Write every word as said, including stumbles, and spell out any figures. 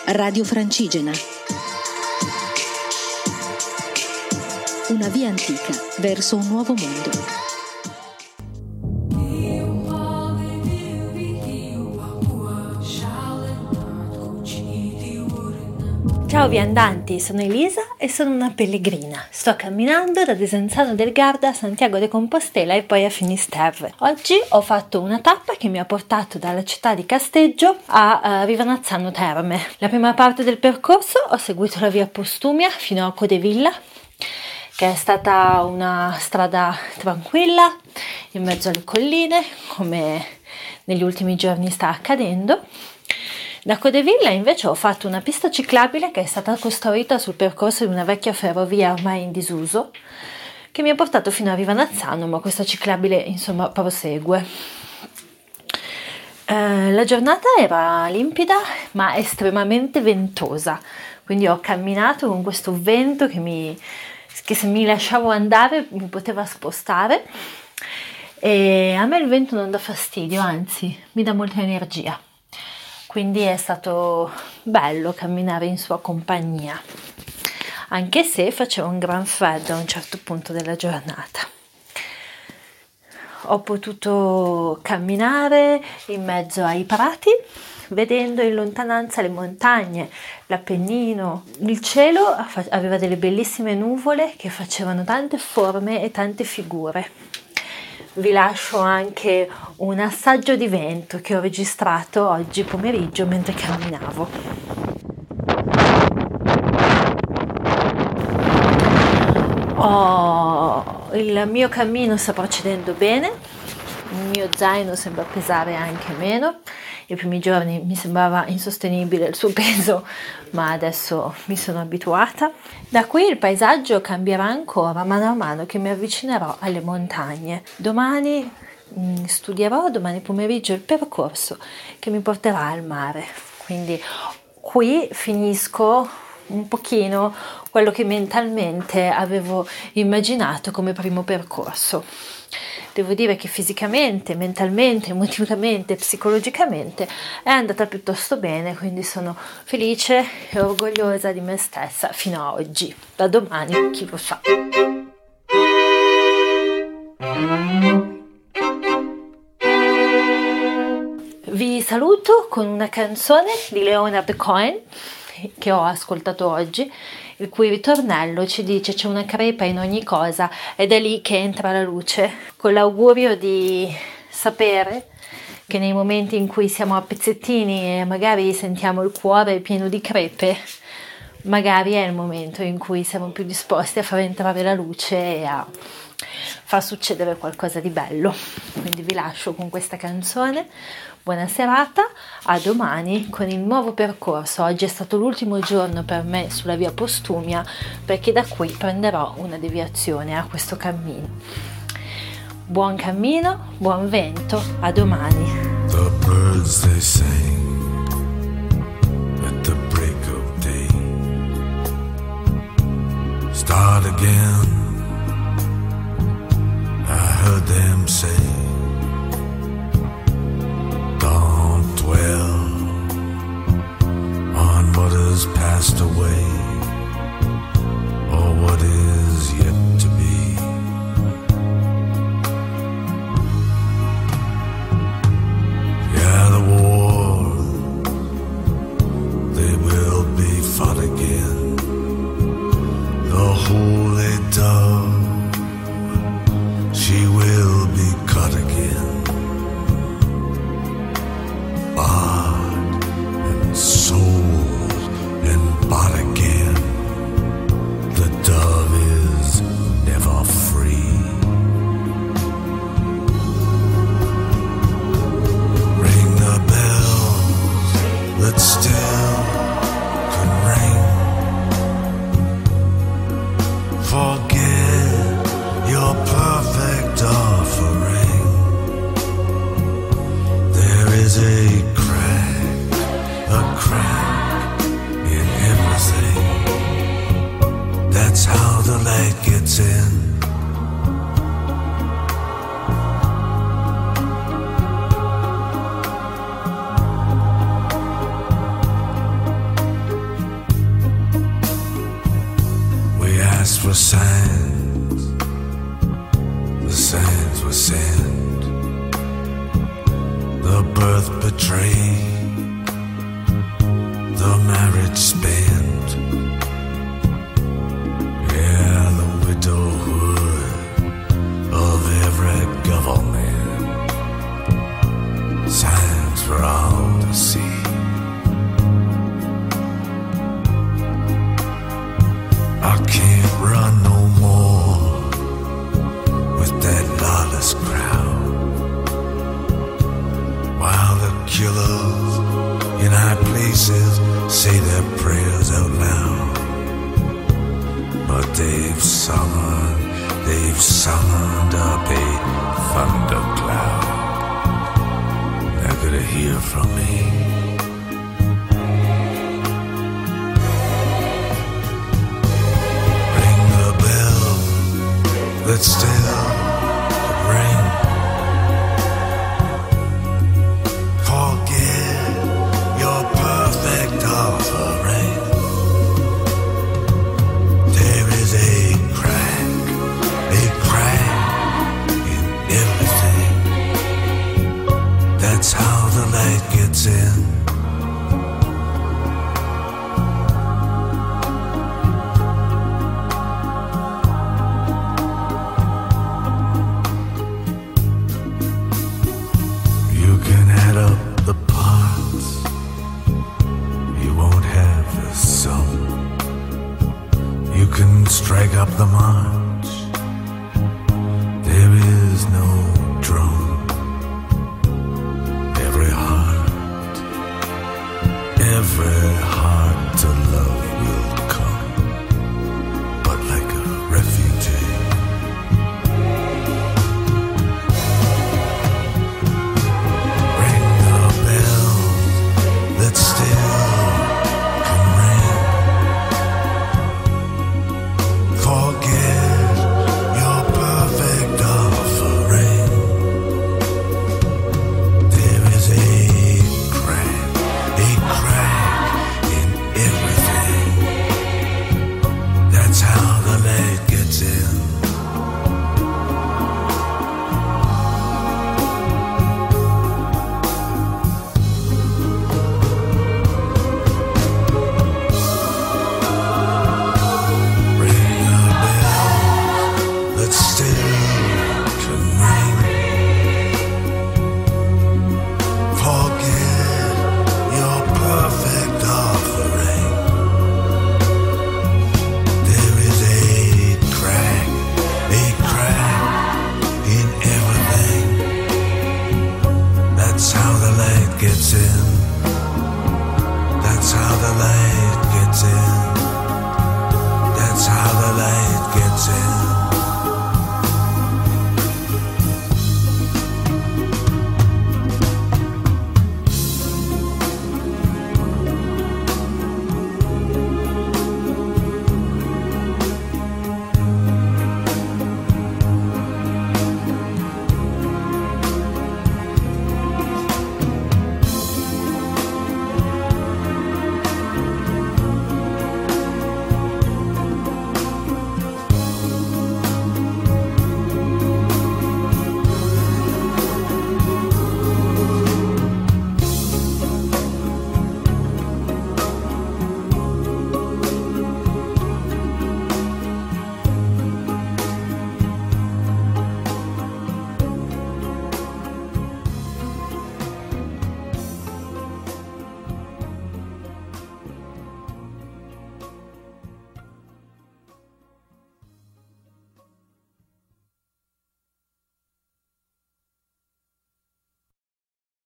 Radio Francigena. Una via antica verso un nuovo mondo. Ciao viandanti, sono Elisa e sono una pellegrina. Sto camminando da Desenzano del Garda a Santiago de Compostela e poi a Finisterre. Oggi ho fatto una tappa che mi ha portato dalla città di Casteggio a uh, Rivanazzano Terme. La prima parte del percorso ho seguito la via Postumia fino a Codevilla, che è stata una strada tranquilla in mezzo alle colline, come negli ultimi giorni sta accadendo. Da Codevilla invece ho fatto una pista ciclabile che è stata costruita sul percorso di una vecchia ferrovia ormai in disuso, che mi ha portato fino a Rivanazzano, ma questa ciclabile insomma prosegue. Eh, la giornata era limpida ma estremamente ventosa, quindi ho camminato con questo vento che, mi, che se mi lasciavo andare mi poteva spostare, e a me il vento non dà fastidio, anzi mi dà molta energia. Quindi è stato bello camminare in sua compagnia, anche se faceva un gran freddo a un certo punto della giornata. Ho potuto camminare in mezzo ai prati, vedendo in lontananza le montagne, l'Appennino. Il cielo aveva delle bellissime nuvole che facevano tante forme e tante figure. Vi lascio anche un assaggio di vento che ho registrato oggi pomeriggio mentre camminavo. Oh, il mio cammino sta procedendo bene, il mio zaino sembra pesare anche meno. I primi giorni mi sembrava insostenibile il suo peso, ma adesso mi sono abituata. Da qui il paesaggio cambierà ancora mano a mano che mi avvicinerò alle montagne. Domani mh, studierò, domani pomeriggio, il percorso che mi porterà al mare. Quindi qui finisco un pochino quello che mentalmente avevo immaginato come primo percorso. Devo dire che fisicamente, mentalmente, emotivamente, psicologicamente è andata piuttosto bene, quindi sono felice e orgogliosa di me stessa fino a oggi. Da domani chi lo sa. Vi saluto con una canzone di Leonard Cohen che ho ascoltato oggi, il cui ritornello ci dice: c'è una crepa in ogni cosa ed è lì che entra la luce, con l'augurio di sapere che nei momenti in cui siamo a pezzettini e magari sentiamo il cuore pieno di crepe, magari è il momento in cui siamo più disposti a far entrare la luce e a far succedere qualcosa di bello. Quindi vi lascio con questa canzone. Buona serata, a domani con il nuovo percorso. Oggi è stato l'ultimo giorno per me sulla via Postumia, perché da qui prenderò una deviazione a questo cammino. Buon cammino, buon vento, a domani. The birds they sing at the break of day. Start again, I heard them say. Don't dwell on what has passed away or what is yet to be. Yeah, the war, they will be fought again. The holy dove, she will be caught again. Bought and sold and bought again. were signs, the signs were sent. The birth betrayed, the marriage spent. Yeah, the widowhood of every government. Signs for all to see. I can't run no more with that lawless crowd, while the killers in high places say their prayers out loud. But they've summoned, they've summoned up a thundercloud. They're gonna hear from me. That still could ring. Forget your perfect offering. There is a crack, a crack in everything. That's how the light gets in. Strike up the march. There is no drum. Every heart, every heart to love will come, but like a refugee. Ring the bell that still can ring. Forget your perfect offering. There is a crack, a crack in everything. That's how the light gets in. Gets in.